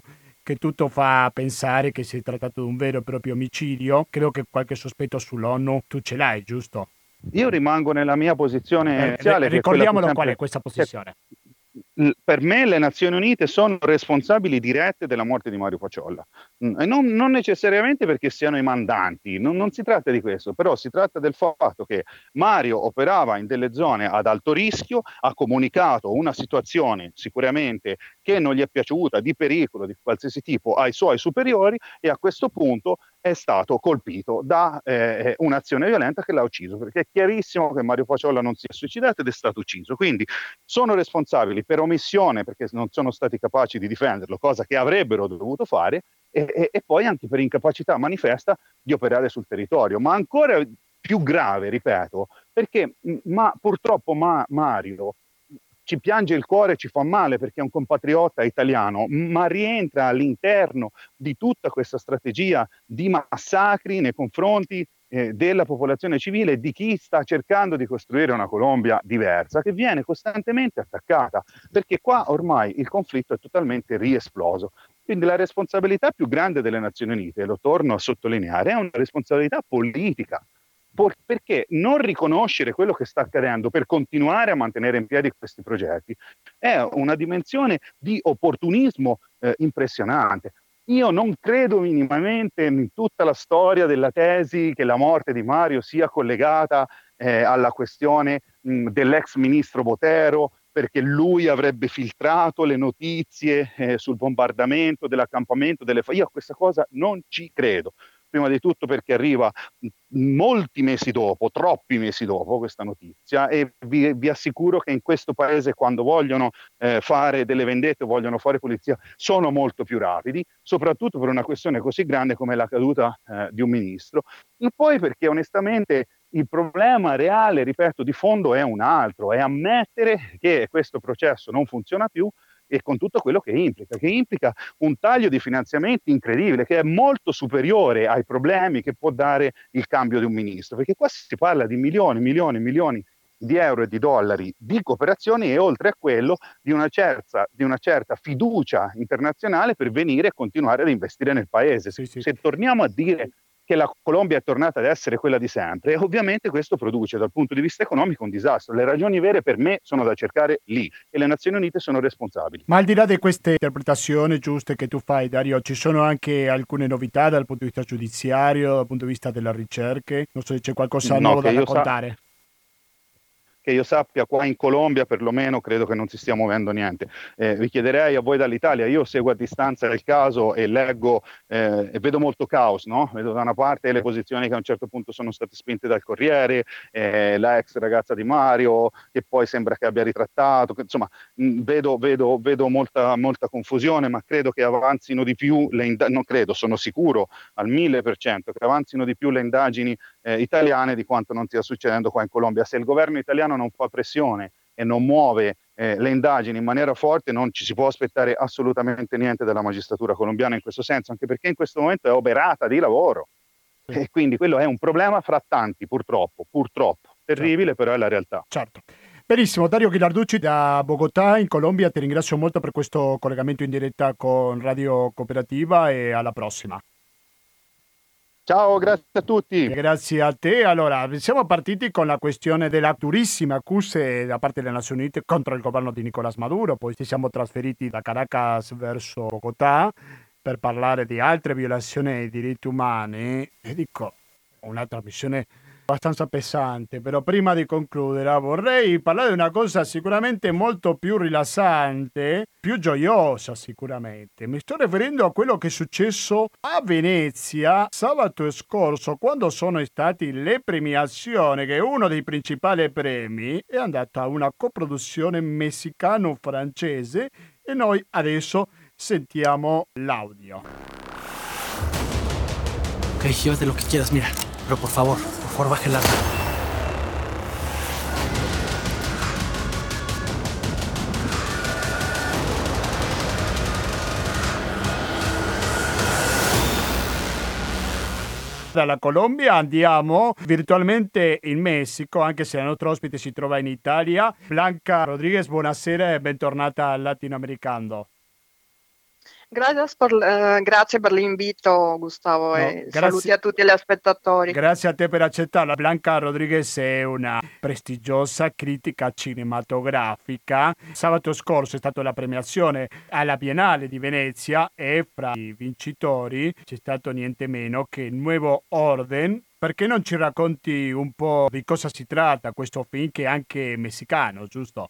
che tutto fa pensare che si è trattato di un vero e proprio omicidio. Credo che qualche sospetto sull'ONU tu ce l'hai, giusto? Io rimango nella mia posizione Eh, iniziale, che è quella ricordiamolo sempre, qual è questa posizione. Per me le Nazioni Unite sono responsabili dirette della morte di Mario Faciolla, e non, non necessariamente perché siano i mandanti, non, non si tratta di questo, però si tratta del fatto che Mario operava in delle zone ad alto rischio, ha comunicato una situazione sicuramente che non gli è piaciuta, di pericolo di qualsiasi tipo ai suoi superiori, e a questo punto è stato colpito da eh, un'azione violenta che l'ha ucciso, perché è chiarissimo che Mario Faciolla non si è suicidato ed è stato ucciso. Quindi sono responsabili per omissione, perché non sono stati capaci di difenderlo, cosa che avrebbero dovuto fare, e, e, e poi anche per incapacità manifesta di operare sul territorio. Ma ancora più grave, ripeto, perché ma, purtroppo ma, Mario ci piange il cuore, ci fa male perché è un compatriota italiano, ma rientra all'interno di tutta questa strategia di massacri nei confronti eh, della popolazione civile, di chi sta cercando di costruire una Colombia diversa, che viene costantemente attaccata, perché qua ormai il conflitto è totalmente riesploso. Quindi la responsabilità più grande delle Nazioni Unite, lo torno a sottolineare, è una responsabilità politica. Perché non riconoscere quello che sta accadendo per continuare a mantenere in piedi questi progetti è una dimensione di opportunismo eh, impressionante. Io non credo minimamente in tutta la storia della tesi che la morte di Mario sia collegata eh, alla questione mh, dell'ex ministro Botero, perché lui avrebbe filtrato le notizie eh, sul bombardamento dell'accampamento delle fa- io a questa cosa non ci credo. Prima di tutto perché arriva molti mesi dopo, troppi mesi dopo questa notizia, e vi, vi assicuro che in questo paese, quando vogliono eh, fare delle vendette, vogliono fare pulizia, sono molto più rapidi, soprattutto per una questione così grande come la caduta eh, di un ministro. E poi perché onestamente il problema reale, ripeto, di fondo è un altro, è ammettere che questo processo non funziona più, e con tutto quello che implica, che implica un taglio di finanziamenti incredibile, che è molto superiore ai problemi che può dare il cambio di un ministro, perché qua si parla di milioni, milioni, milioni di euro e di dollari di cooperazioni, e oltre a quello di una certa, di una certa fiducia internazionale per venire e continuare ad investire nel paese. Sì, sì. Se torniamo a dire che la Colombia è tornata ad essere quella di sempre, ovviamente questo produce dal punto di vista economico un disastro. Le ragioni vere per me sono da cercare lì, e le Nazioni Unite sono responsabili. Ma al di là di queste interpretazioni giuste che tu fai, Dario, ci sono anche alcune novità dal punto di vista giudiziario, dal punto di vista delle ricerche? Non so se c'è qualcosa No, nuovo che da io sa- raccontare. che io sappia, qua in Colombia perlomeno credo che non si stia muovendo niente. Eh, vi chiederei a voi dall'Italia, io seguo a distanza il caso e leggo eh, e vedo molto caos, no? Vedo da una parte le posizioni che a un certo punto sono state spinte dal Corriere, eh, la ex ragazza di Mario, che poi sembra che abbia ritrattato, che, insomma mh, vedo, vedo, vedo molta, molta confusione, ma credo che avanzino di più le indagini, non credo, sono sicuro al mille per cento che avanzino di più le indagini eh, italiane di quanto non stia succedendo qua in Colombia. Se il governo italiano non fa pressione e non muove eh, le indagini in maniera forte, non ci si può aspettare assolutamente niente dalla magistratura colombiana in questo senso, anche perché in questo momento è oberata di lavoro. Sì. E quindi quello è un problema fra tanti, purtroppo, purtroppo. Terribile, certo. Però è la realtà. Certo. Benissimo, Dario Ghilarducci da Bogotà in Colombia, ti ringrazio molto per questo collegamento in diretta con Radio Cooperativa e alla prossima. Ciao, grazie a tutti. E grazie a te. Allora, siamo partiti con la questione delle durissime accuse da parte delle Nazioni Unite contro il governo di Nicolás Maduro, poi ci siamo trasferiti da Caracas verso Bogotà per parlare di altre violazioni dei diritti umani. E dico, una trasmissione abbastanza pesante, però prima di concludere vorrei parlare di una cosa sicuramente molto più rilassante, più gioiosa sicuramente. Mi sto riferendo a quello che è successo a Venezia sabato scorso, quando sono stati le premiazioni, che uno dei principali premi è andato a una coproduzione messicano-francese, e noi adesso sentiamo l'audio. Ok, llévate lo que quieras, mira, pero por favor, por favor, baje el arma. Dalla Colombia andiamo virtualmente in Messico, anche se la nostra ospite si trova in Italia. Blanca Rodriguez, buonasera e bentornata al Latinoamericano. Gracias por, eh, grazie per l'invito, Gustavo, No, e saluti grazie. a tutti gli spettatori. Grazie a te per accettarla. Blanca Rodriguez è una prestigiosa critica cinematografica. Sabato scorso è stata la premiazione alla Biennale di Venezia e fra i vincitori c'è stato niente meno che il Nuevo Orden. Perché non ci racconti un po' di cosa si tratta questo film che è anche messicano, giusto?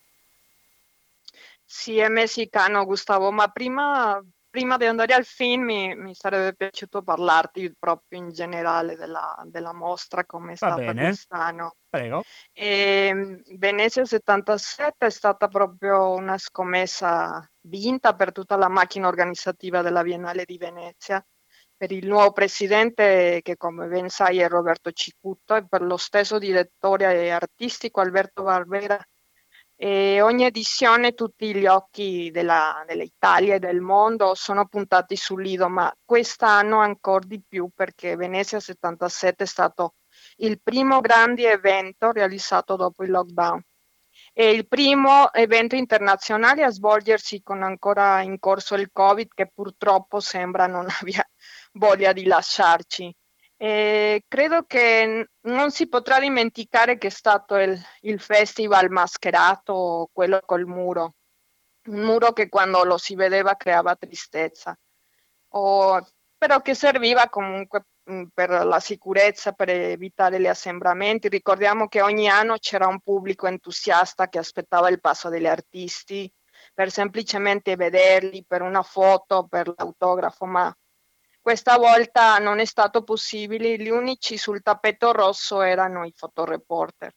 Sì, è messicano, Gustavo, ma prima, prima di andare al film mi, mi sarebbe piaciuto parlarti proprio in generale della, della mostra, come è Va stata bene, quest'anno. prego. E Venezia settantasette è stata proprio una scommessa vinta per tutta la macchina organizzativa della Biennale di Venezia, per il nuovo presidente che come ben sai è Roberto Cicutto e per lo stesso direttore artistico Alberto Barbera. E ogni edizione tutti gli occhi della, dell'Italia e del mondo sono puntati sul Lido, ma quest'anno ancora di più perché Venezia settantasette è stato il primo grande evento realizzato dopo il lockdown e il primo evento internazionale a svolgersi con ancora in corso il Covid che purtroppo sembra non abbia voglia di lasciarci. E credo che n- non si potrà dimenticare che è stato il, il festival mascherato, quello col muro, un muro che quando lo si vedeva creava tristezza, o- però che serviva comunque mh, per la sicurezza, per evitare gli assembramenti. Ricordiamo che ogni anno c'era un pubblico entusiasta che aspettava il passo degli artisti per semplicemente vederli, per una foto, per l'autografo, ma questa volta non è stato possibile, gli unici sul tappeto rosso erano i fotoreporter.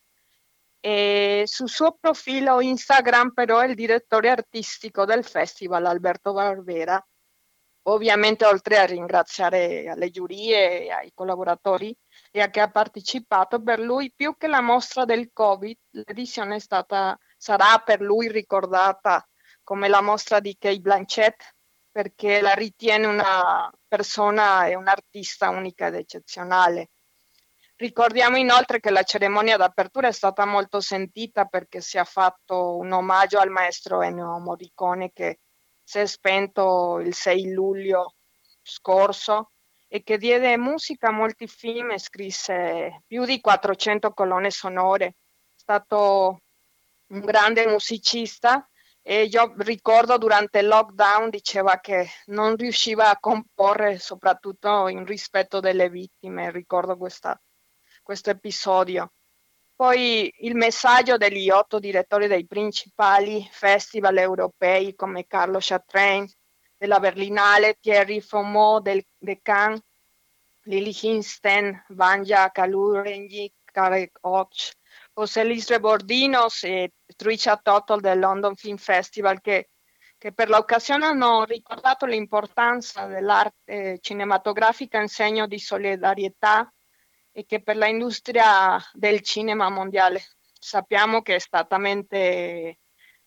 E sul suo profilo Instagram però il direttore artistico del festival, Alberto Barbera, ovviamente oltre a ringraziare alle giurie e ai collaboratori e a chi ha partecipato, per lui più che la mostra del Covid, l'edizione è stata, sarà per lui ricordata come la mostra di Kate Blanchett perché la ritiene una persona e un'artista unica ed eccezionale. Ricordiamo inoltre che la cerimonia d'apertura è stata molto sentita perché si è fatto un omaggio al maestro Ennio Morricone che si è spento il sei luglio scorso e che diede musica a molti film e scrisse più di quattrocento colonne sonore. È stato un grande musicista e io ricordo durante il lockdown diceva che non riusciva a comporre soprattutto in rispetto delle vittime, ricordo questa, questo episodio. Poi il messaggio degli otto direttori dei principali festival europei come Carlo Chatrain della Berlinale, Thierry Fromeau del, de Cannes, Lili Hinsten, Vanja Kalurenyi, Karek Och, José Luis Rebordinos e Trisha Tuttle del London Film Festival che, che per l'occasione hanno ricordato l'importanza dell'arte cinematografica in segno di solidarietà e che per l'industria del cinema mondiale sappiamo che è stata mente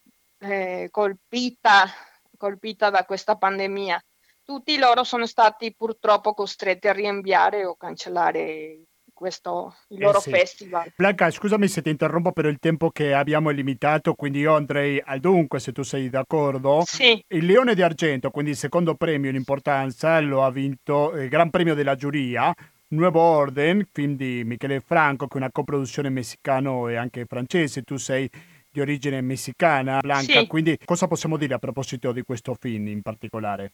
eh, colpita, colpita da questa pandemia. Tutti loro sono stati purtroppo costretti a rinviare o cancellare questo, il Eh loro sì. festival. Blanca, scusami se ti interrompo, però il tempo che abbiamo è limitato, quindi io andrei al dunque, se tu sei d'accordo. Sì, Il Leone d'Argento, quindi il secondo premio in importanza, lo ha vinto il Gran Premio della Giuria, Nuevo Orden, film di Michele Franco, che è una coproduzione messicano e anche francese. Tu sei di origine messicana, Blanca, sì. quindi cosa possiamo dire a proposito di questo film in particolare?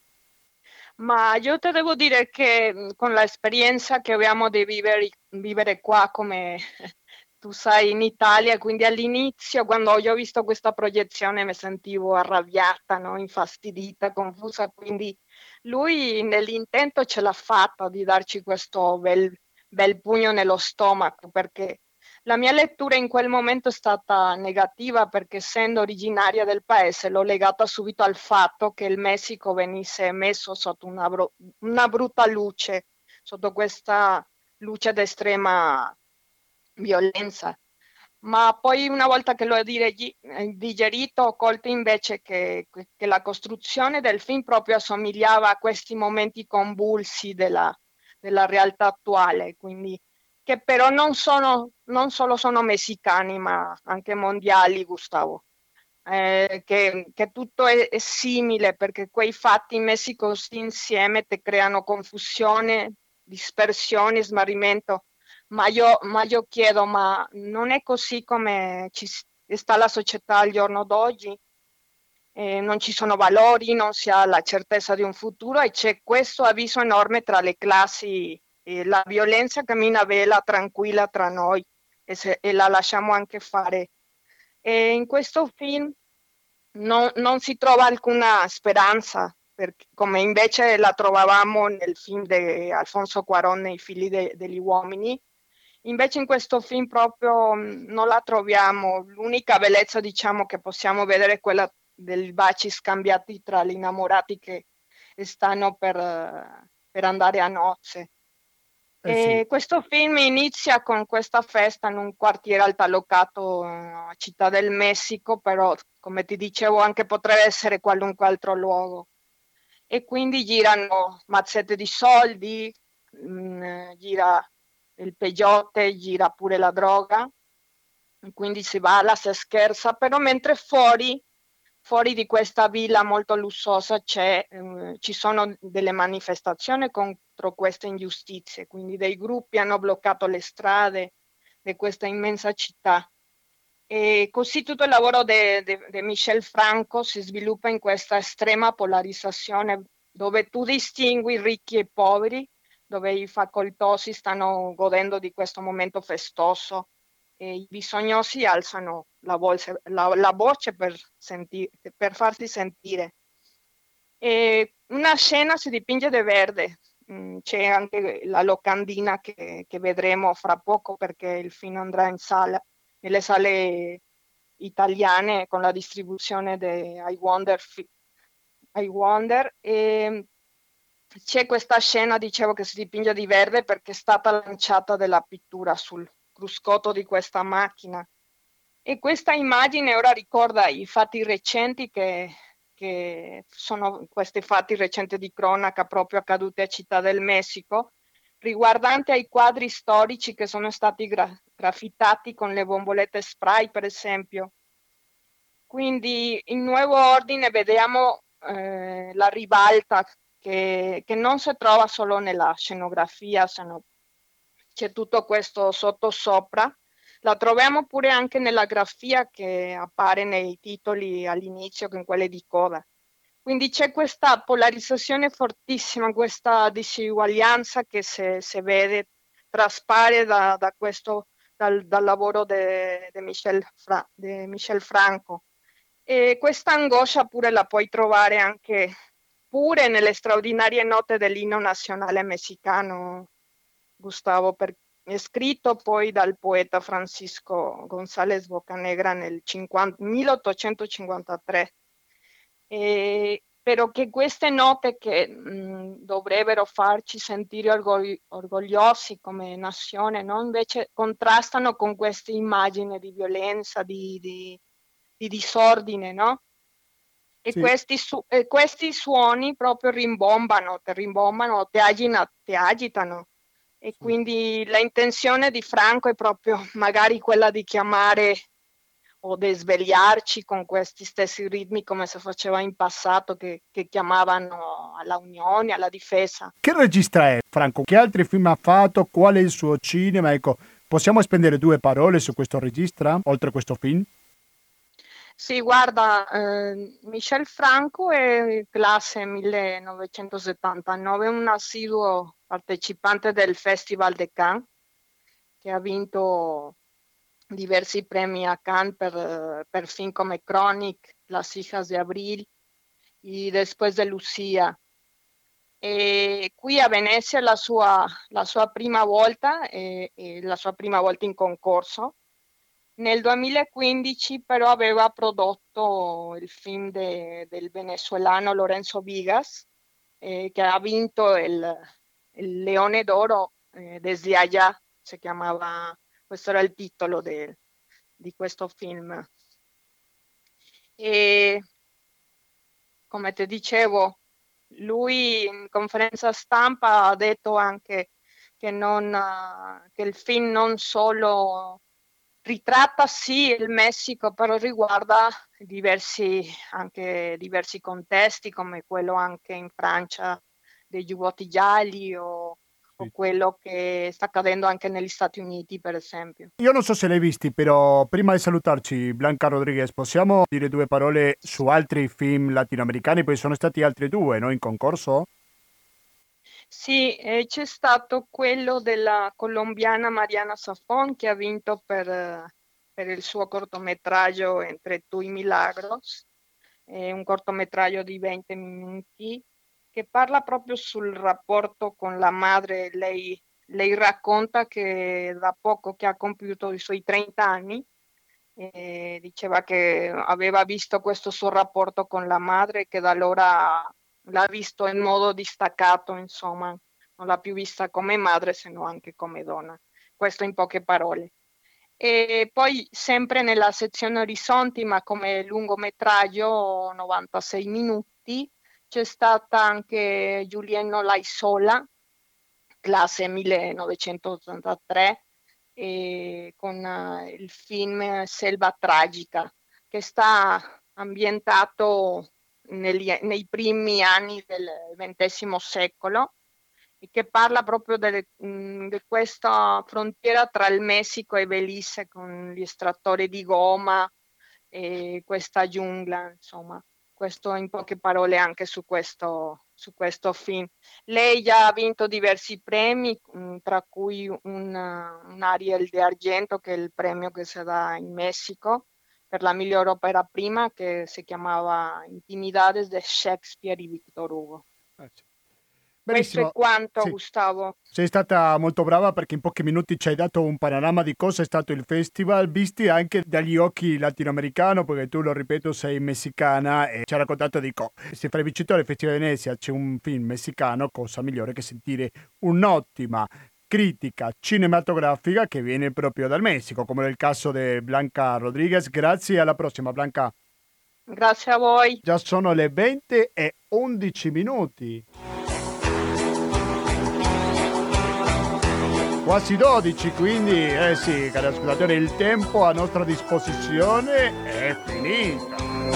Ma io te devo dire che mh, con l'esperienza che abbiamo di vivere, vivere qua, come tu sai, in Italia, quindi all'inizio, quando io ho visto questa proiezione, mi sentivo arrabbiata, no? Infastidita, confusa. Quindi lui nell'intento ce l'ha fatta di darci questo bel, bel pugno nello stomaco, perché la mia lettura in quel momento è stata negativa perché essendo originaria del paese l'ho legata subito al fatto che il Messico venisse messo sotto una, bru- una brutta luce, sotto questa luce d'estrema violenza. Ma poi una volta che l'ho diregi- eh, digerito, ho colto invece che, che la costruzione del film proprio assomigliava a questi momenti convulsi della, della realtà attuale, quindi che però non sono, non solo sono messicani, ma anche mondiali, Gustavo. eh, che, che tutto è, è simile, perché quei fatti messi così insieme ti creano confusione, dispersione, smarrimento. Ma io, ma io chiedo, ma non è così come ci s- sta la società al giorno d'oggi? Eh, non ci sono valori, non si ha la certezza di un futuro e c'è questo avviso enorme tra le classi. E la violenza cammina vela tranquilla tra noi e, se- e la lasciamo anche fare. E in questo film non, non si trova alcuna speranza, perché, come invece la trovavamo nel film di Alfonso Cuarón, I figli de- degli uomini. Invece in questo film proprio mh, non la troviamo. L'unica bellezza, diciamo, che possiamo vedere è quella dei baci scambiati tra gli innamorati che stanno per, eh, per andare a nozze. Eh sì. E questo film inizia con questa festa in un quartiere altalocato eh, a Città del Messico, però come ti dicevo anche potrebbe essere qualunque altro luogo. E quindi girano mazzette di soldi, mh, gira il peyote, gira pure la droga, quindi si balla, si scherza, però mentre fuori, fuori di questa villa molto lussuosa c'è, eh, ci sono delle manifestazioni contro queste ingiustizie, quindi dei gruppi hanno bloccato le strade di questa immensa città. E così tutto il lavoro di Michel Franco si sviluppa in questa estrema polarizzazione dove tu distingui ricchi e poveri, dove i facoltosi stanno godendo di questo momento festoso e i bisognosi alzano la voce, la, la voce per, senti- per farsi sentire. E una scena si dipinge di verde. Mm, c'è anche la locandina che, che vedremo fra poco perché il film andrà in sala, nelle sale italiane con la distribuzione di I Wonder, Fi- I Wonder. E c'è questa scena, dicevo, che si dipinge di verde perché è stata lanciata della pittura sul cruscotto di questa macchina. E questa immagine ora ricorda i fatti recenti che, che sono questi fatti recenti di cronaca proprio accaduti a Città del Messico, riguardanti ai quadri storici che sono stati gra- graffitati con le bombolette spray, per esempio. Quindi in Nuovo Ordine vediamo eh, la ribalta che, che non si trova solo nella scenografia, sono- c'è tutto questo sottosopra. La troviamo pure anche nella grafia che appare nei titoli all'inizio, con quelle di coda. Quindi c'è questa polarizzazione fortissima, questa disuguaglianza che se, se vede, traspare da, da questo, dal, dal lavoro di Michel, Fra, de Michel Franco. E questa angoscia pure la puoi trovare anche pure nelle straordinarie note dell'inno nazionale messicano, Gustavo, per, è scritto poi dal poeta Francisco González Bocanegra nel cinquanta milleottocentocinquantatré. E, però che queste note che mh, dovrebbero farci sentire orgogli- orgogliosi come nazione, no? Invece contrastano con queste immagini di violenza, di, di, di disordine, no? E Sì. questi, su- e questi suoni proprio rimbombano, ti rimbombano, ti, agina- ti agitano. E Sì. quindi la intenzione di Franco è proprio magari quella di chiamare o di svegliarci con questi stessi ritmi come si faceva in passato che, che chiamavano alla unione, alla difesa. Che regista è Franco? Che altri film ha fatto? Qual è il suo cinema? Ecco, possiamo spendere due parole su questo regista, oltre a questo film? Sì, guarda, eh, Michel Franco è classe millenovecentosettantanove, è un assiduo partecipante del Festival de Cannes, che ha vinto diversi premi a Cannes per, eh, per film come Chronic, Las hijas de Abril y Después de Lucía. E qui a Venezia è la sua, la sua prima volta, e, e la sua prima volta in concorso. Nel duemilaquindici però aveva prodotto il film de- del venezuelano Lorenzo Vigas, eh, che ha vinto il, il Leone d'Oro eh, Desde Allá, si chiamava, questo era il titolo del- di questo film. E come ti dicevo, lui in conferenza stampa ha detto anche che, non, eh, che il film non solo ritratta sì il Messico, però riguarda diversi, anche diversi contesti, come quello anche in Francia dei giubbotti gialli o, Sì. o quello che sta accadendo anche negli Stati Uniti, per esempio. Io non so se l'hai visti, però prima di salutarci, Blanca Rodriguez, possiamo dire due parole su altri film latinoamericani? Poi sono stati altri due, no, in concorso? Sì, e c'è stato quello della colombiana Mariana Safon che ha vinto per, eh, per il suo cortometraggio Entre tu y Milagros, è un cortometraggio di venti minuti che parla proprio sul rapporto con la madre. Lei, lei racconta che da poco che ha compiuto i suoi trenta anni, eh, diceva che aveva visto questo suo rapporto con la madre, che da allora l'ha visto in modo distaccato, insomma, non l'ha più vista come madre, se no anche come donna. Questo in poche parole. E poi sempre nella sezione Orizzonti, ma come lungometraggio, novantasei minuti, c'è stata anche Giuliano Laisola, classe millenovecentottantatré, e con uh, il film Selva Tragica, che sta ambientato negli, nei primi anni del ventesimo secolo e che parla proprio delle, mh, di questa frontiera tra il Messico e Belize con gli estrattori di gomma e questa giungla, insomma. Questo in poche parole anche su questo, su questo film. Lei già ha vinto diversi premi, mh, tra cui un, un Ariel de Argento, che è il premio che si dà in Messico per la miglior opera prima, che si chiamava Intimidades de Shakespeare y Victor Hugo. Ah, sì. Questo è quanto, sì. Gustavo. Sei stata molto brava perché in pochi minuti ci hai dato un panorama di cosa è stato il festival, visti anche dagli occhi latinoamericani, perché tu, lo ripeto, sei messicana e ci hai raccontato di cosa. Se fra i vincitori del Festival di Venezia c'è un film messicano, cosa migliore che sentire un'ottima critica cinematografica che viene proprio dal Messico, come nel caso di Blanca Rodriguez. Grazie, alla prossima, Blanca. Grazie a voi. Già sono le venti e undici minuti. Quasi dodici, quindi, eh sì, cari ascoltatori, il tempo a nostra disposizione è finito.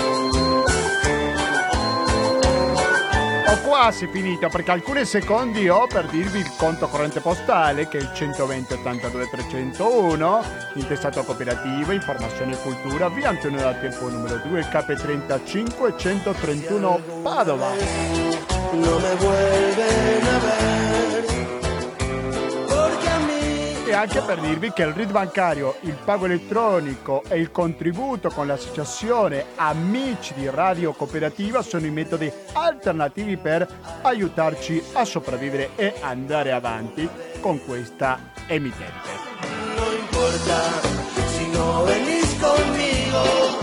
Ho quasi finito, perché alcuni secondi ho per dirvi il conto corrente postale, che è il centoventi ottantadue trecentouno, intestato Cooperativa, Informazione e Cultura, via Antonio da Tempo numero due, K trentacinque centotrentuno Padova. No me vuelven a ver. E anche per dirvi che il R I D bancario, il pago elettronico e il contributo con l'associazione Amici di Radio Cooperativa sono i metodi alternativi per aiutarci a sopravvivere e andare avanti con questa emittente. No importa si no venís conmigo.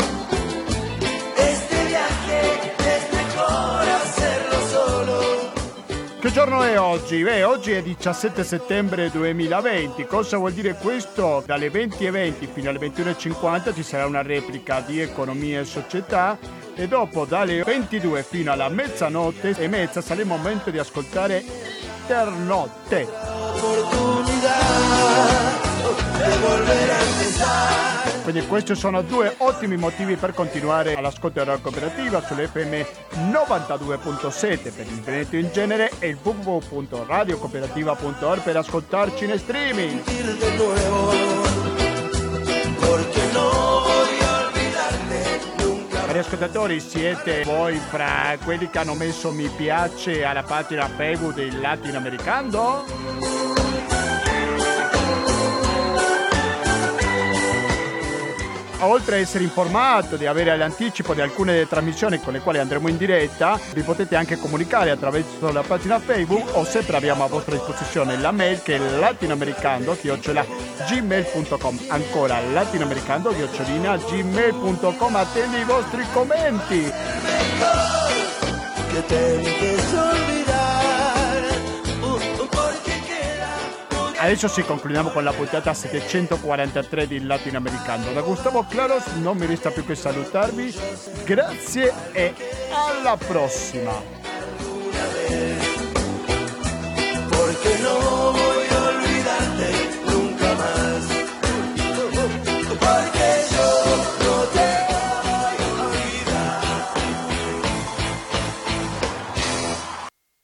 Che giorno è oggi? Beh, oggi è diciassette settembre duemilaventi. Cosa vuol dire questo? Dalle venti e venti fino alle ventuno e cinquanta ci sarà una replica di Economia e Società e dopo dalle ventidue fino alla mezzanotte e mezza sarà il momento di ascoltare Internotte. Quindi questi sono due ottimi motivi per continuare all'ascolto della cooperativa sull'F M novantadue virgola sette per il Veneto in genere e il w w w punto radio cooperativa punto org per ascoltarci in streaming. Cari ascoltatori, siete voi fra quelli che hanno messo mi piace alla pagina Facebook del Latinoamericano? Oltre a essere informato, di avere l'anticipo di alcune delle trasmissioni con le quali andremo in diretta, vi potete anche comunicare attraverso la pagina Facebook o sempre abbiamo a vostra disposizione la mail che è latinoamericando chiocciola gmail punto com. Ancora latinoamericando chiocciolina gmail punto com. Attendo i vostri commenti. Che tentes olvidar, uh, porque Adesso sì, concludiamo con la puntata settecentoquarantatré di Latinoamericano. Da Gustavo Claros non mi resta più che salutarvi. Grazie e alla prossima. Porque no